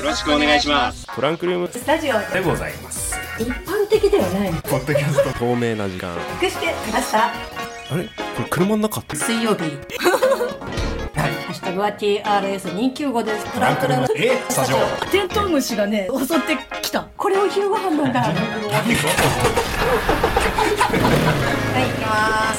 よろしくお願いします。 トランクルームスタジオでございます。 一般的ではないポッドキャスト透明な時間。 隠してきました。 あれこれ車の中って水曜日ハッシュタグは TRS295 です。 トランクルームスタジオ。 テントウムシがね襲ってきた。これを昼ご飯なんだ。はい、行きます。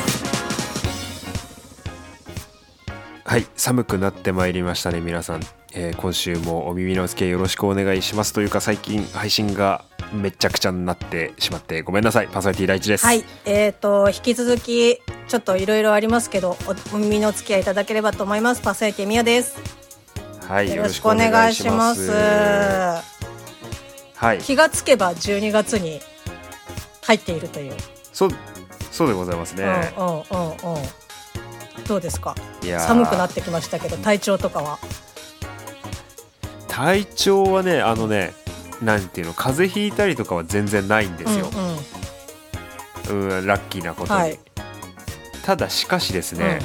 はい、寒くなってまいりましたね皆さん、今週もお耳のお付き合いよろしくお願いします。というか最近配信がめちゃくちゃになってしまってごめんなさい。パーソナリティ第一です。 はい、引き続きちょっといろいろありますけど お耳のお付き合いいただければと思います。パーソナリティみやです。 はい、 よろしくお願いします。 はい、 気がつけば12月に入っているという。 そうでございますね。 どうですか。 いや寒くなってきましたけど体調とかは。 体調はねなんていうの、風邪ひいたりとかは全然ないんですよ。ラッキーなことに、はい、ただしかしですね、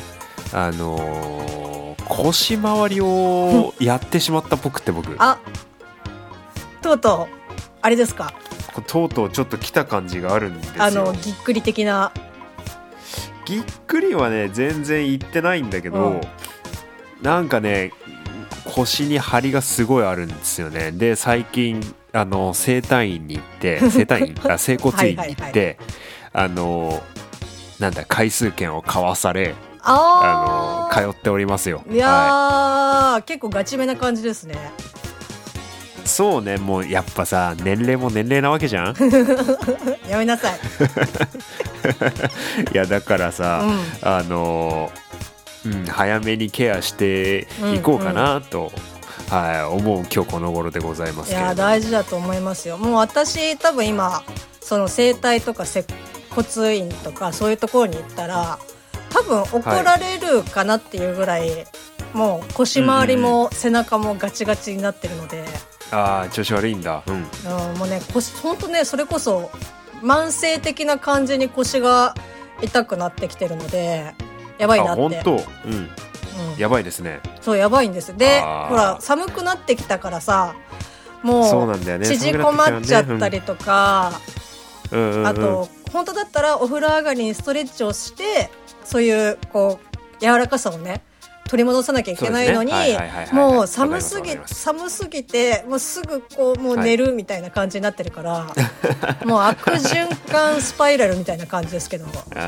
腰回りをやってしまったっぽくて僕とうとうあれですか。 とうとうちょっと来た感じがあるんですよ。 ぎっくり的な。 ぎっくりはね全然いってないんだけど、なんかね腰に張りがすごいあるんですよね。で最近整体院に行って整骨院に行ってなんだ回数券を買わされ通っておりますよ。 いや、結構ガチめな感じですね。 そうね、もうやっぱさ年齢も年齢なわけじゃんやめなさいいやだからさ、早めにケアしていこうかなと、思う今日この頃でございますけれど。いや大事だと思いますよ。もう私多分今その整体とか接骨院とかそういうところに行ったら多分怒られるかなっていうぐらい、もう腰回りも背中もガチガチになってるので、 調子悪いんだ。 もうね腰ほんとねそれこそ慢性的な感じに腰が痛くなってきてるのでやばいなって。 本当、やばいですね。 そうやばいんです。でほら寒くなってきたからさもう縮こまっちゃったりとか、あと本当だったらお風呂上がりにストレッチをしてそういうこう柔らかさをね取り戻さなきゃいけないのに、もう寒すぎてもうすぐこうもう寝るみたいな感じになってるから、もう悪循環スパイラルみたいな感じですけども。 運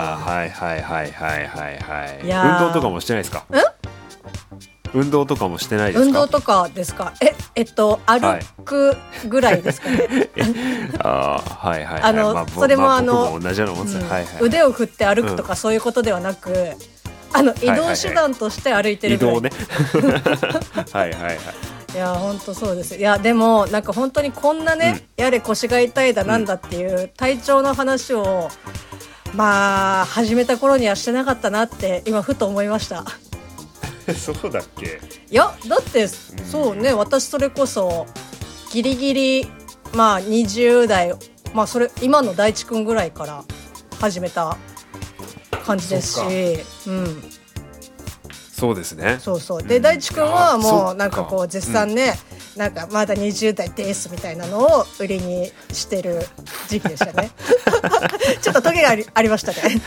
動とかもしてないですか。運動とかもしてないですか。 運動とかですか。歩くぐらいですかね。それも僕も同じようなもんです。 腕を振って歩くとかそういうことではなく、移動手段として歩いてるぐらい。 移動ねいや本当そうです。いやでもなんか本当にこんなね、やれ腰が痛いだなんだっていう体調の話を始めた頃にはしてなかったなって今ふと思いましたそうだっけ。 いやだってそうね、私それこそギリギリ20代それ今の大地くんぐらいから始めた感じですし、 そうですね。 そうで大地くんはもうなんかこう絶賛ね、なんかまだ20代ですみたいなのを売りにしてる時期でしたねちょっとトゲがありましたね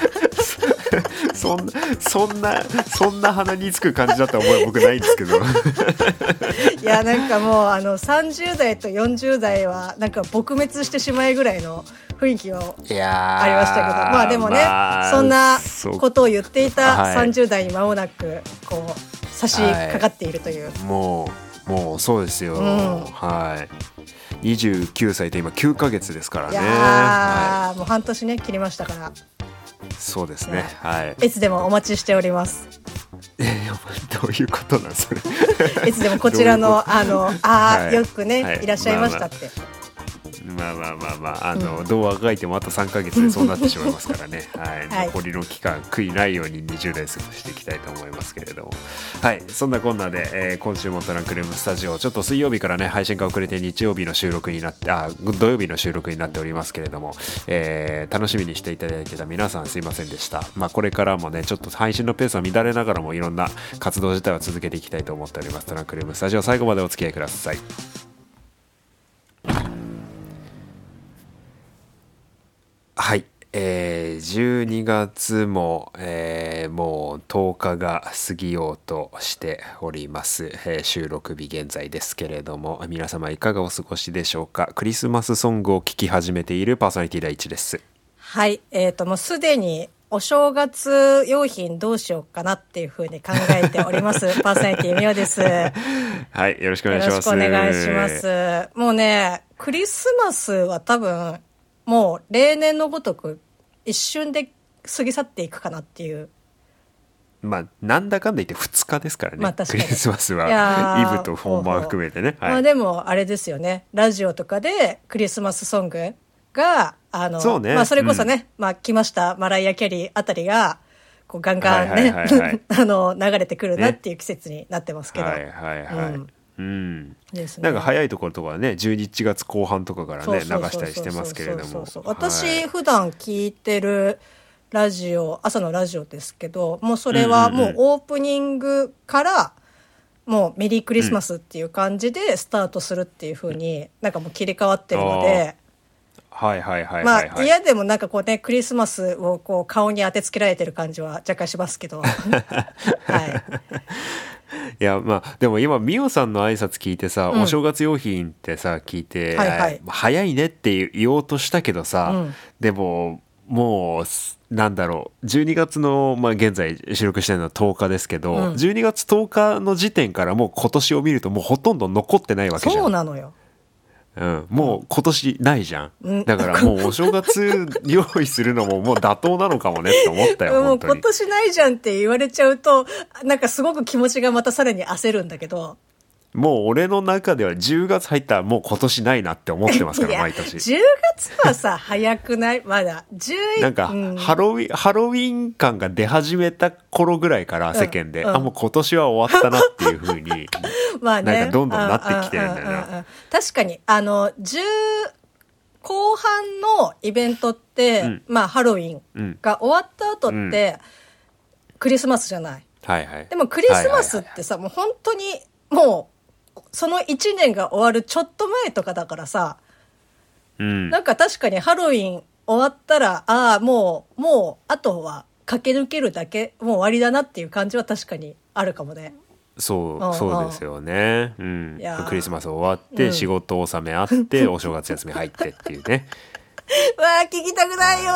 そんな鼻につく感じだった覚え僕ないんですけどいやなんかもう30代と40代はなんか撲滅してしまいぐらいの雰囲気はありましたけど、でもね、そんなことを言っていた30代に間もなくこう差し掛かっているという、 もうそうですよ、29歳と今9ヶ月ですからね。いや、もう半年ね切りましたから。 そうですね、 いつでもお待ちしておりますどういうことなんそれいつでもこちらのよくね、いらっしゃいましたって。 どうあがいてもあと3ヶ月でそうなってしまいますからね残りの期間悔いないように20代過ごしていきたいと思いますけれども、そんなこんなで、今週もトランクルームスタジオちょっと水曜日からね配信が遅れて土曜日の収録になって土曜日の収録になっておりますけれども、楽しみにしていただいてた皆さんすいませんでした。これからもねちょっと配信のペースは乱れながらもいろんな活動自体は続けていきたいと思っております。トランクルームスタジオ最後までお付き合いください。 12月も、もう10日が過ぎようとしております、収録日現在ですけれども、皆様いかがお過ごしでしょうか。クリスマスソングを聴き始めているパーソナリティ第一です。 はい、もうすでにお正月用品どうしようかなっていうふうに考えておりますパーソナリティみおです。 はい、よろしくお願いします。 よろしくお願いします。もうね、クリスマスは多分もう例年のごとく一瞬で過ぎ去っていくかなっていう。 まあなんだかんだ言って2日ですからね、 まあ、確かにクリスマスはイブと本番含めてね。 まあでもあれですよね、ラジオとかでクリスマスソングがそうね、まあそれこそね、まあ来ましたマライア・キャリーあたりがこうガンガンね流れてくるなっていう季節になってますけど、 はいはいはい、うんですね、なんか早いところとかね11月後半とかからね流したりしてますけれども、 私普段聞いてるラジオ、朝のラジオですけど、もうそれはもうオープニングからもうメリークリスマスっていう感じでスタートするっていう風になんかもう切り替わってるので、 はいはいはいはい、 まあ嫌でもなんかこうねクリスマスをこう顔に当てつけられてる感じは若干しますけどはいいやまあでも今ミオさんの挨拶聞いてさ、お正月用品ってさ聞いて、早いねって言おうとしたけどさ、でももうなんだろう12月の、まあ、現在収録してるのは10日ですけど、12月10日の時点からもう今年を見るともうほとんど残ってないわけじゃん。 そうなのよ。 もう今年ないじゃん、だからもうお正月用意するのももう妥当なのかもねって思ったよもう今年ないじゃんって言われちゃうとなんかすごく気持ちがまたさらに焦るんだけど、 もう俺の中では10月入ったらもう今年ないなって思ってますから毎年。 10月はさ早くないまだなんか、ハロウィン感が出始めた頃ぐらいから世間で、もう今年は終わったなっていう風にまあ、ね、なんかどんどんなってきてるんだよな。 確かに後半のイベントって、まあハロウィンが終わった後って、クリスマスじゃない、 はいはい、 でもクリスマスってさ、もう本当にもうその1年が終わるちょっと前とかだからさ、なんか確かにハロウィン終わったらもうあとは駆け抜けるだけ、もう終わりだなっていう感じは確かにあるかもね。 そうですよね、クリスマス終わって仕事納めあってお正月休み入ってっていうねわあ聞きたくないよ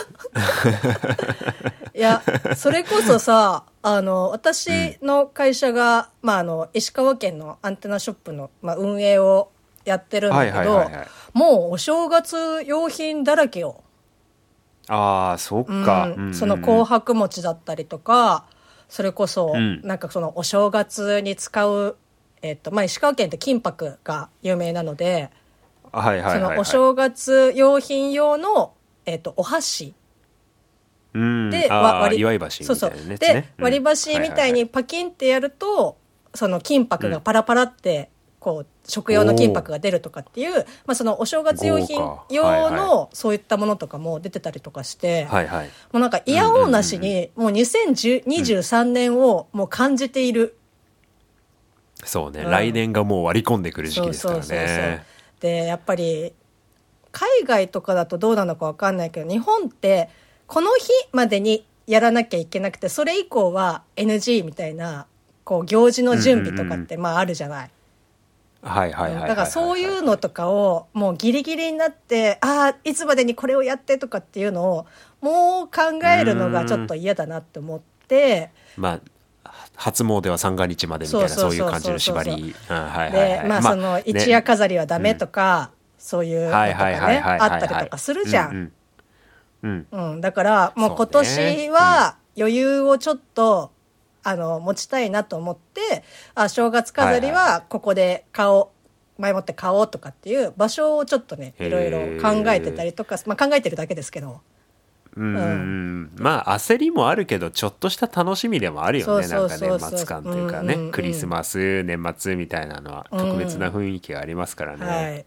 いやそれこそさ私の会社が、まあ、石川県のアンテナショップの、まあ、運営をやってるんだけど、もうお正月用品だらけよ。 ああそっか、 その紅白餅だったりとか、それこそ、なんかそのお正月に使う、まあ、石川県って金箔が有名なので、そのお正月用品用の、お箸で割り箸みたいなやつね。 で割り箸みたいにパキンってやると、その金箔がパラパラってこう食用の金箔が出るとかっていう、まあ、そのお正月用品用のそういったものとかも出てたりとかして、もうなんかいやおうなしにもう2023年をもう感じている。 そうね、来年がもう割り込んでくる時期ですからね。 でやっぱり海外とかだとどうなのか分かんないけど、日本ってこの日までにやらなきゃいけなくて、それ以降は NG みたいなこう行事の準備とかってまああるじゃない。だからそういうのとかをもうギリギリになって、いつまでにこれをやってとかっていうのをもう考えるのがちょっと嫌だなって思って、 まあ初詣は三が日までみたいなそういう感じの縛りで、まあその一夜飾りはダメとか、そういうのとかねあったりとかするじゃん。だからもう今年は余裕をちょっと持ちたいなと思って、正月飾りはここで前もって買おうとかっていう場所をちょっとねいろいろ考えてたりとか、まあ、考えてるだけですけど、 まあ焦りもあるけどちょっとした楽しみでもあるよね。なんか年末感というかね、クリスマス年末みたいなのは特別な雰囲気がありますからね。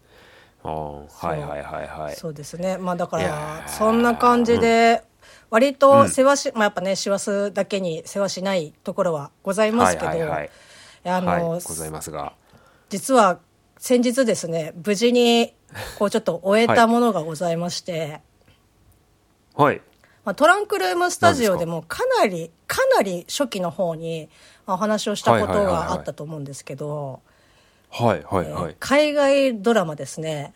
そうですね。まあだからそんな感じで割と世話まあやっぱね師走だけに世話しないところはございますけど、 ございますが、 実は先日ですね無事にこうちょっと終えたものがございまして、 はい。 トランクルームスタジオでもかなり初期の方にお話をしたことがあったと思うんですけど、 はいはいはい。 海外ドラマですね。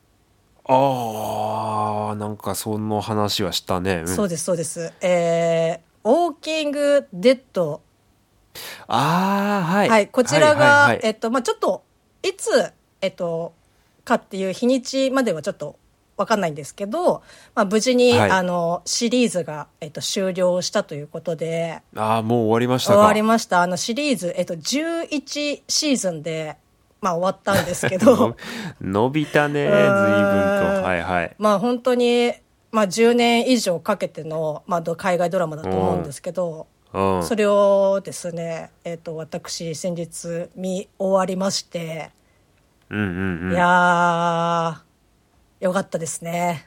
なんかその話はしたね。 そうですそうです。ウォーキングデッド。 はい。 はい、こちらが、ちょっといつかっていう日にちまではちょっと分かんないんですけど、無事に、シリーズが、終了したということで。 もう終わりましたか。 終わりました。シリーズ、11シーズンで、終わったんですけど。 伸びたね、随分と。はいはい。 本当に、10年以上かけての、海外ドラマだと思うんですけど、それをですね、私、先日見終わりまして、いやー、よかったですね。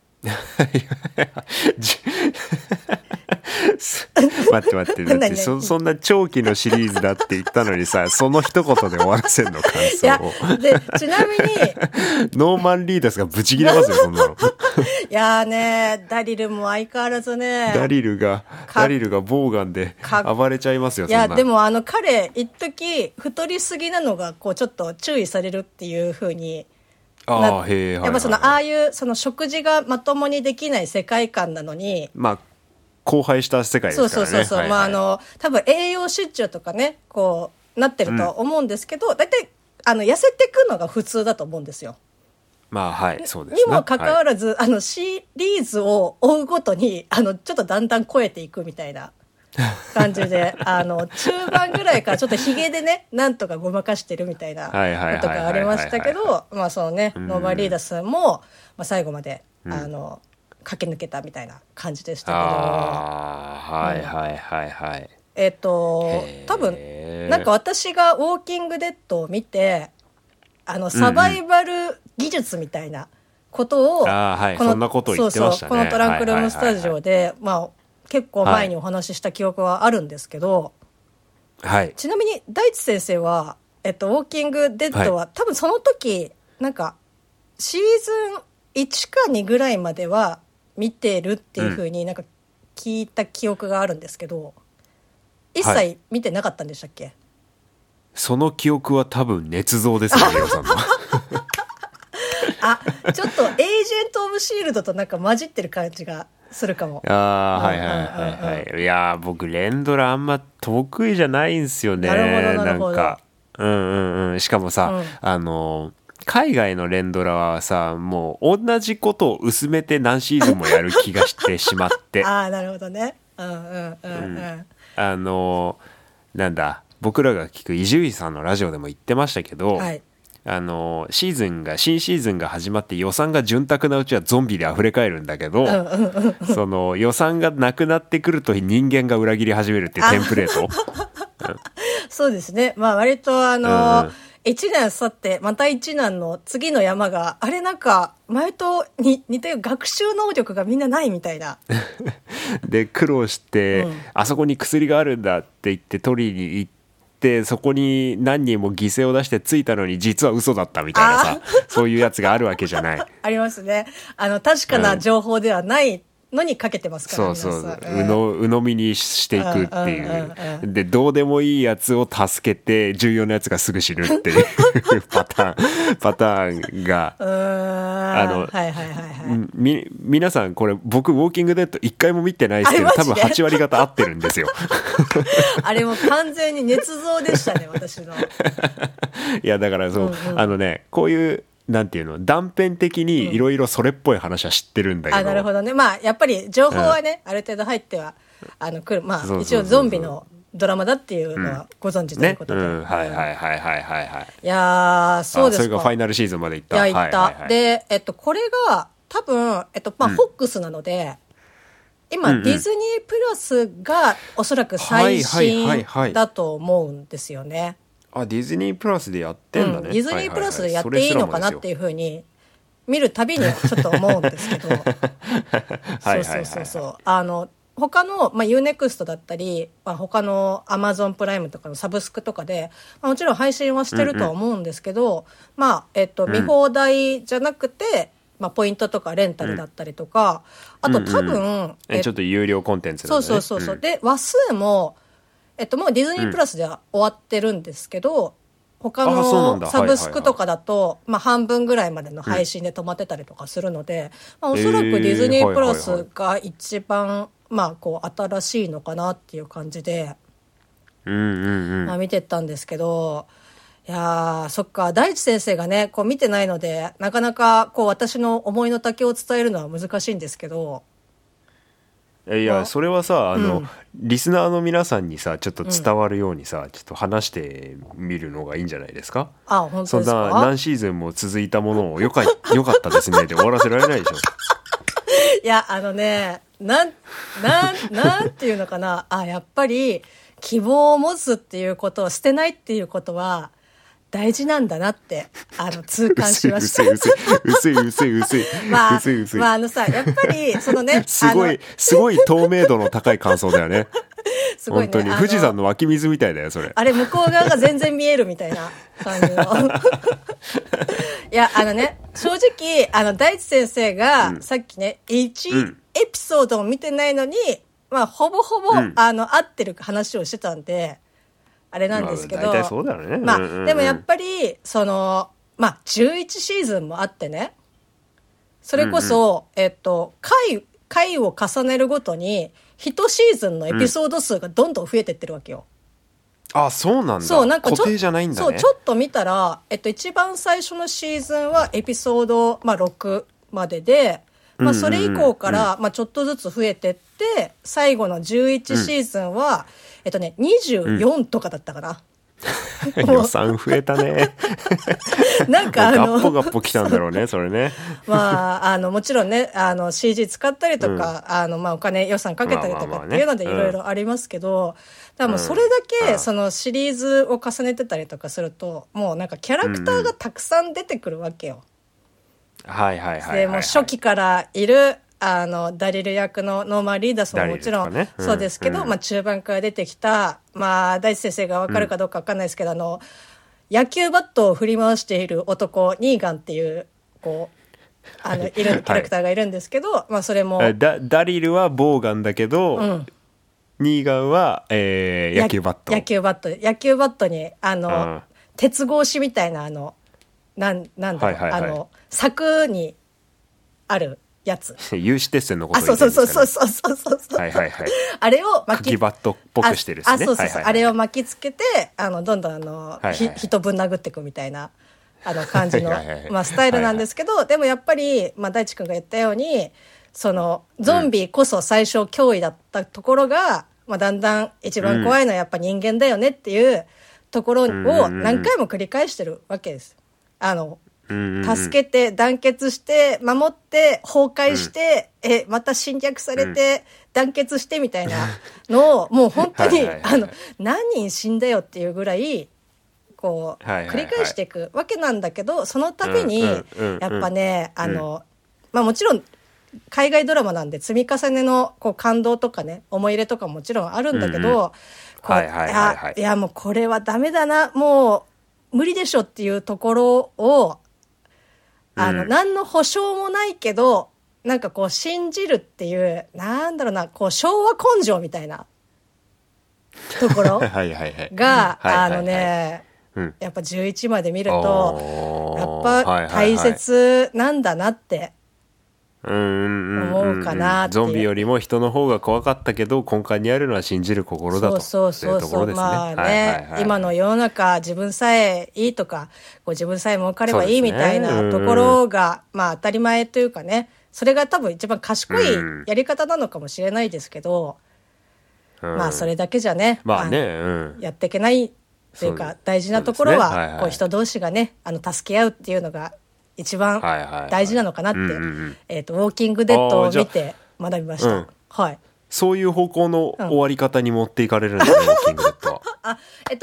待ってだってそんな長期のシリーズだって言ったのにさ、その一言で終わらせんの感想を。 いやでちなみにノーマン・リーダースがブチ切れますよそんなの。 いやーね、ダリルも相変わらずね、 ダリルがボウガンで暴れちゃいますよ。 いやでも彼一時太りすぎなのがこうちょっと注意されるっていう風に、やっぱああいうその食事がまともにできない世界観なのに、 荒廃した世界ですからね。 そう、多分栄養失調とかね、こうなってると思うんですけど、だいたい痩せてくのが普通だと思うんですよ。 そうですね。 にもかかわらず、シリーズを追うごとにちょっとだんだん超えていくみたいな感じで中盤ぐらいからちょっとヒゲでねなんとかごまかしてるみたいなことがありましたけど、そのねノーバーリーダースも、最後まで駆け抜けたみたいな感じでしたけど、多分なんか私がウォーキングデッドを見てサバイバル技術みたいなことを、 そんなこと言ってましたね。 このトランクルームスタジオで、結構前にお話しした記憶はあるんですけど、ちなみに大地先生は、ウォーキングデッドは、多分その時なんかシーズン1か2ぐらいまでは見てるっていう風になんか聞いた記憶があるんですけど、一切見てなかったんでしたっけ？ その記憶は多分捏造ですね、レオさんの。 ちょっとエージェント・オブ・シールドとなんか混じってる感じがするかも。 いや僕連ドラあんま得意じゃないんすよね。なんかしかもさ、海外の連ドラはさ、もう同じことを薄めて何シーズンもやる気がしてしまって。 なるほどね。 なんだ、僕らが聞く伊集院さんのラジオでも言ってましたけど、新シーズンが始まって予算が潤沢なうちはゾンビで溢れ返るんだけど、その予算がなくなってくると人間が裏切り始めるっていうテンプレート。 そうですね。割と一難去ってまた一難の次の山がなんか前と似たような学習能力がみんなないみたいな。 で苦労して、あそこに薬があるんだって言って取りに行って、そこに何人も犠牲を出してついたのに実は嘘だったみたいなさ、そういうやつがあるわけじゃない。 ありますね。確かな情報ではないのにかけてますからね。 鵜呑みにしていくっていう、でどうでもいいやつを助けて重要なやつがすぐ死ぬっていうパターンが皆さんこれ僕ウォーキングデッド1回も見てないですけど、多分8割方合ってるんですよ。 あれも完全に捏造でしたね私の。 いやだからそう、こういうなんていうの、断片的にいろいろそれっぽい話は知ってるんだけど、 なるほどね。やっぱり情報はね、ある程度入っては来る。一応ゾンビのドラマだっていうのはご存知ということで、いやーそうですか。 それがファイナルシーズンまでいった。 いやいった、でこれが多分フォックスなので今、ディズニープラスがおそらく最新だと思うんですよね。 ディズニープラスでやってんだね。 ディズニープラスでやっていいのかなっていうふうに見るたびにちょっと思うんですけど、他の、UNEXT だったり、他の Amazon プライムとかのサブスクとかで、もちろん配信はしてるとは思うんですけど、見放題じゃなくてポイントとかレンタルだったりとか、あと多分、 ちょっと有料コンテンツなんだね。 そう、で話数も、もうディズニープラスでは終わってるんですけど、他のサブスクとかだと、半分ぐらいまでの配信で止まってたりとかするので、おそらくディズニープラスが一番、こう新しいのかなっていう感じで、見てったんですけど、いやー、そっか、大地先生がね、こう見てないので、なかなかこう私の思いの丈を伝えるのは難しいんですけど。 いや、それはさ、リスナーの皆さんにさ、ちょっと伝わるようにさ、ちょっと話してみるのがいいんじゃないですか。 あ、本当ですか。 そんな何シーズンも続いたものをよかったですねで終わらせられないでしょ。 いや、なんていうのかな。やっぱり希望を持つっていうことを捨てないっていうことは大事なんだなって痛感しました。 薄い。 さ、やっぱりそのね、 すごい透明度の高い感想だよね。すごいね、本当に富士山の湧き水みたいだよそれ。 あれ向こう側が全然見えるみたいな感じの。いや正直大地先生がさっきね、1エピソードを見てないのに、ほぼ合ってる話をしてたんで。あれなんですけど、 大体そうだよね。 でもやっぱり11シーズンもあってね、それこそ、回を重ねるごとに1シーズンのエピソード数がどんどん増えてってるわけよ。 そうなんだ。そう、なんか固定じゃないんだね。 そう、ちょっと見たら、一番最初のシーズンはエピソード、6までで、それ以降から、ちょっとずつ増えてって、最後の11シーズンは、24とかだったかな。 予算増えたね。 なんかガッポきたんだろうね、それね。 もちろんね、CG 使ったりとか、お金予算かけたりとかっていうのでいろいろありますけど、多分それだけ、そのシリーズを重ねてたりとかすると、もうなんかキャラクターがたくさん出てくるわけよ。で、もう初期からいる、ダリル役のノーマン・リーダースももちろんそうですけど、中盤から出てきた、大地先生が分かるかどうか分かんないですけど、野球バットを振り回している男、ニーガンっていう、こう、いるキャラクターがいるんですけど、それも。 ダリルはボウガンだけど、ニーガンは、野球バット。 野球バットに、鉄格子みたいな、なんだろう、柵にある。やつ。 有刺鉄線のことを言ってるんですかね。そう。あれを釘バットっぽくしてるですね。 そう。あれを巻きつけて、どんどん人ぶん殴っていくみたいな、感じの、スタイルなんですけど、でもやっぱり、大地君が言ったように、その、ゾンビこそ最初脅威だったところが、だんだん一番怖いのはやっぱ人間だよねっていうところを何回も繰り返してるわけです。助けて団結して守って崩壊して、また侵略されて団結してみたいなのをもう本当に何人死んだよっていうぐらいこう繰り返していくわけなんだけど、その度にやっぱねもちろん海外ドラマなんで積み重ねのこう感動とかね思い入れとかもちろんあるんだけど、いやもうこれはダメだな、もう無理でしょっていうところを何の保証もないけど、なんかこう信じるっていう、なんだろうな、こう昭和根性みたいなところが、やっぱ11まで見ると、やっぱ大切なんだなって思うかなっていう。 ゾンビよりも人の方が怖かったけど、根幹にあるのは信じる心だと。 そう。今の世の中、自分さえいいとか、こう自分さえ儲かればいいみたいなところが、当たり前というかね、それが多分一番賢いやり方なのかもしれないですけど、それだけじゃね、やっていけないというか、大事なところは、こう人同士がね、助け合うっていうのが、一番大事なのかなって、ウォーキングデッドを見て学びました。 そういう方向の終わり方に持っていかれるんだね、ウォーキングデッドは。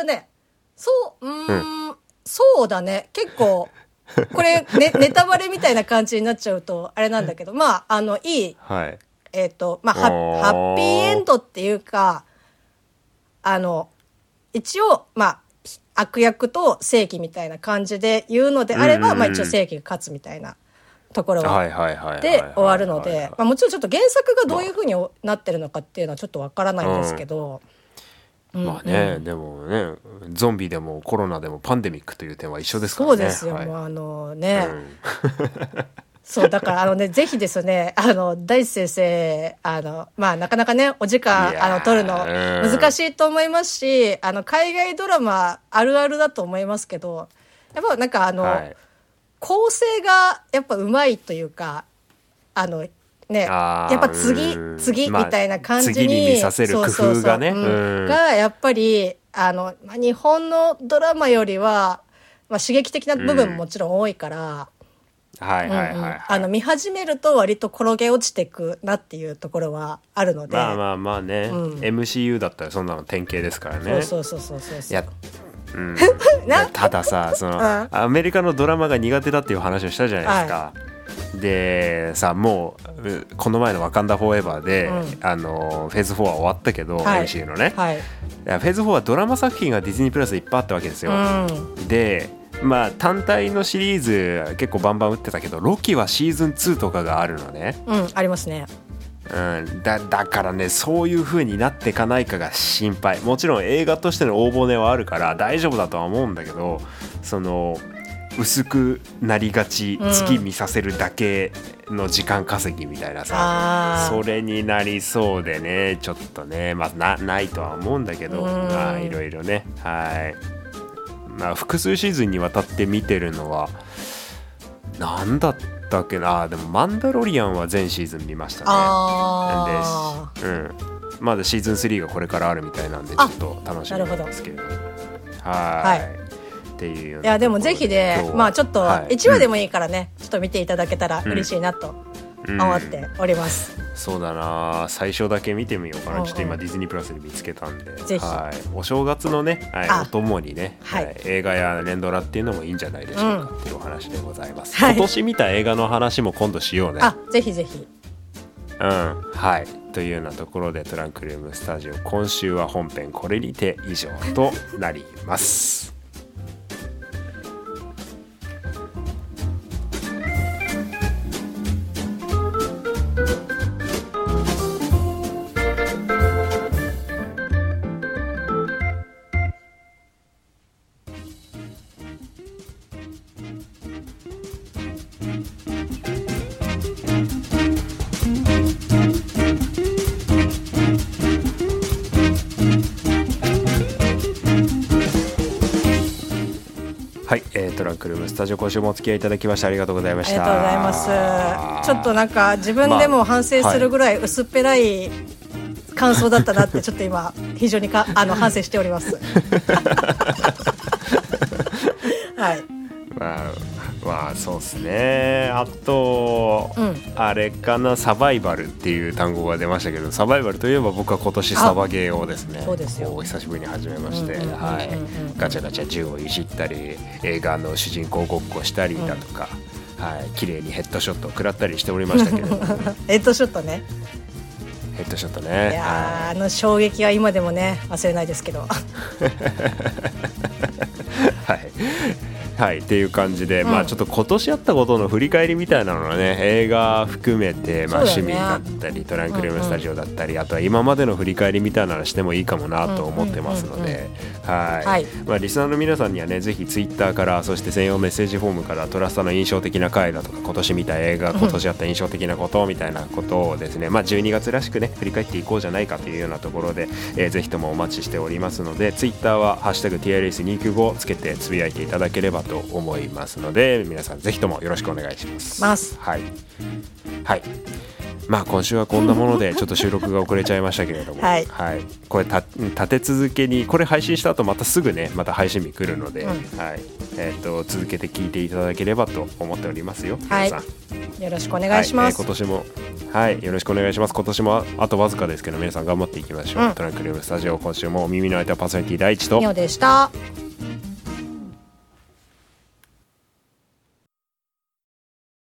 そうだね。結構、これ、ネタバレみたいな感じになっちゃうと、あれなんだけど、いい、ハッピーエンドっていうか、一応、悪役と正義みたいな感じで言うのであれば、一応正義が勝つみたいなところはで終わるので、もちろんちょっと原作がどういう風になってるのかっていうのはちょっとわからないんですけど、 まあね、でもね、ゾンビでもコロナでもパンデミックという点は一緒ですからね。 そうですよ、もうそうだからぜひですね、大地先生なかなかねお時間取るの難しいと思いますし、海外ドラマあるあるだと思いますけど、やっぱなんか構成がやっぱうまいというかやっぱ次みたいな感じに、 次に見させる工夫がねがやっぱり日本のドラマよりは、刺激的な部分ももちろん多いから、見始めると割と転げ落ちていくなっていうところはあるので、 まあね、MCU だったらそんなの典型ですからね。 そうたださ、アメリカのドラマが苦手だっていう話をしたじゃないですか。でさ、もうこの前のワカンダフォーエバーで、フェーズ4は終わったけど、MCU のね、フェーズ4はドラマ作品がディズニープラスでいっぱいあったわけですよ。で単体のシリーズ結構バンバン打ってたけど、ロキはシーズン2とかがあるのね。 ありますね。 だからね、そういう風になっていかないかが心配。もちろん映画としての大骨はあるから大丈夫だとは思うんだけど、薄くなりがち、月見させるだけの時間稼ぎみたいなさ、それになりそうでね、ちょっとね、ないとは思うんだけど、いろいろね、複数シーズンにわたって見てるのはなんだったっけな。でもマンダロリアンは全シーズン見ましたね。まだシーズン3がこれからあるみたいなんで、ちょっと楽しみなんですけれども、っていうような。いやでもぜひで、ちょっと1話でもいいからね、ちょっと見ていただけたら嬉しいなと思っております。 そうだな、最初だけ見てみようかな。ちょっと今ディズニープラスで見つけたんで、 ぜひ、 お正月のね、お供にね、映画や連ドラっていうのもいいんじゃないでしょうかっていうお話でございます。今年見た映画の話も今度しようね。 ぜひぜひ。 というようなところでトランクルームスタジオ、今週は本編これにて以上となります。トランクルームスタジオ、今週もお付き合いいただきましてありがとうございました。 ありがとうございます。ちょっとなんか自分でも反省するぐらい薄っぺらい感想だったなってちょっと今非常に反省しております。そうですね。あと、あれかな、サバイバルっていう単語が出ましたけど、サバイバルといえば僕は今年サバゲーをですね、久しぶりに始めまして、ガチャガチャ銃をいじったり、映画の主人公ごっこしたりだとか、綺麗にヘッドショットを食らったりしておりましたけれどもヘッドショットね。 ヘッドショットね。 いや衝撃は今でもね忘れないですけどっていう感じで、ちょっと今年あったことの振り返りみたいなのはね、映画含めて、趣味だったりトランクルームスタジオだったり、あとは今までの振り返りみたいなのしてもいいかもなと思ってますので、リスナーの皆さんにはね、ぜひツイッターから、そして専用メッセージフォームからトラスタの印象的な回だとか、今年見た映画、今年あった印象的なことみたいなことをですね、12月らしくね振り返っていこうじゃないかというようなところで、ぜひともお待ちしておりますので、ツイッターはハッシュタグ TRS295 つけてつぶやいていただければと思いますので、皆さんぜひともよろしくお願いします。今週はこんなものでちょっと収録が遅れちゃいましたけれども、これ立て続けに、これ配信した後またすぐね、また配信日来るので、続けて聞いていただければと思っておりますよ。皆さんよろしくお願いします。 今年もよろしくお願いします。今年もあとわずかですけど、皆さん頑張っていきましょう。トランクルームスタジオ、今週もお耳の開いたパーソナリティ第一とみおでした。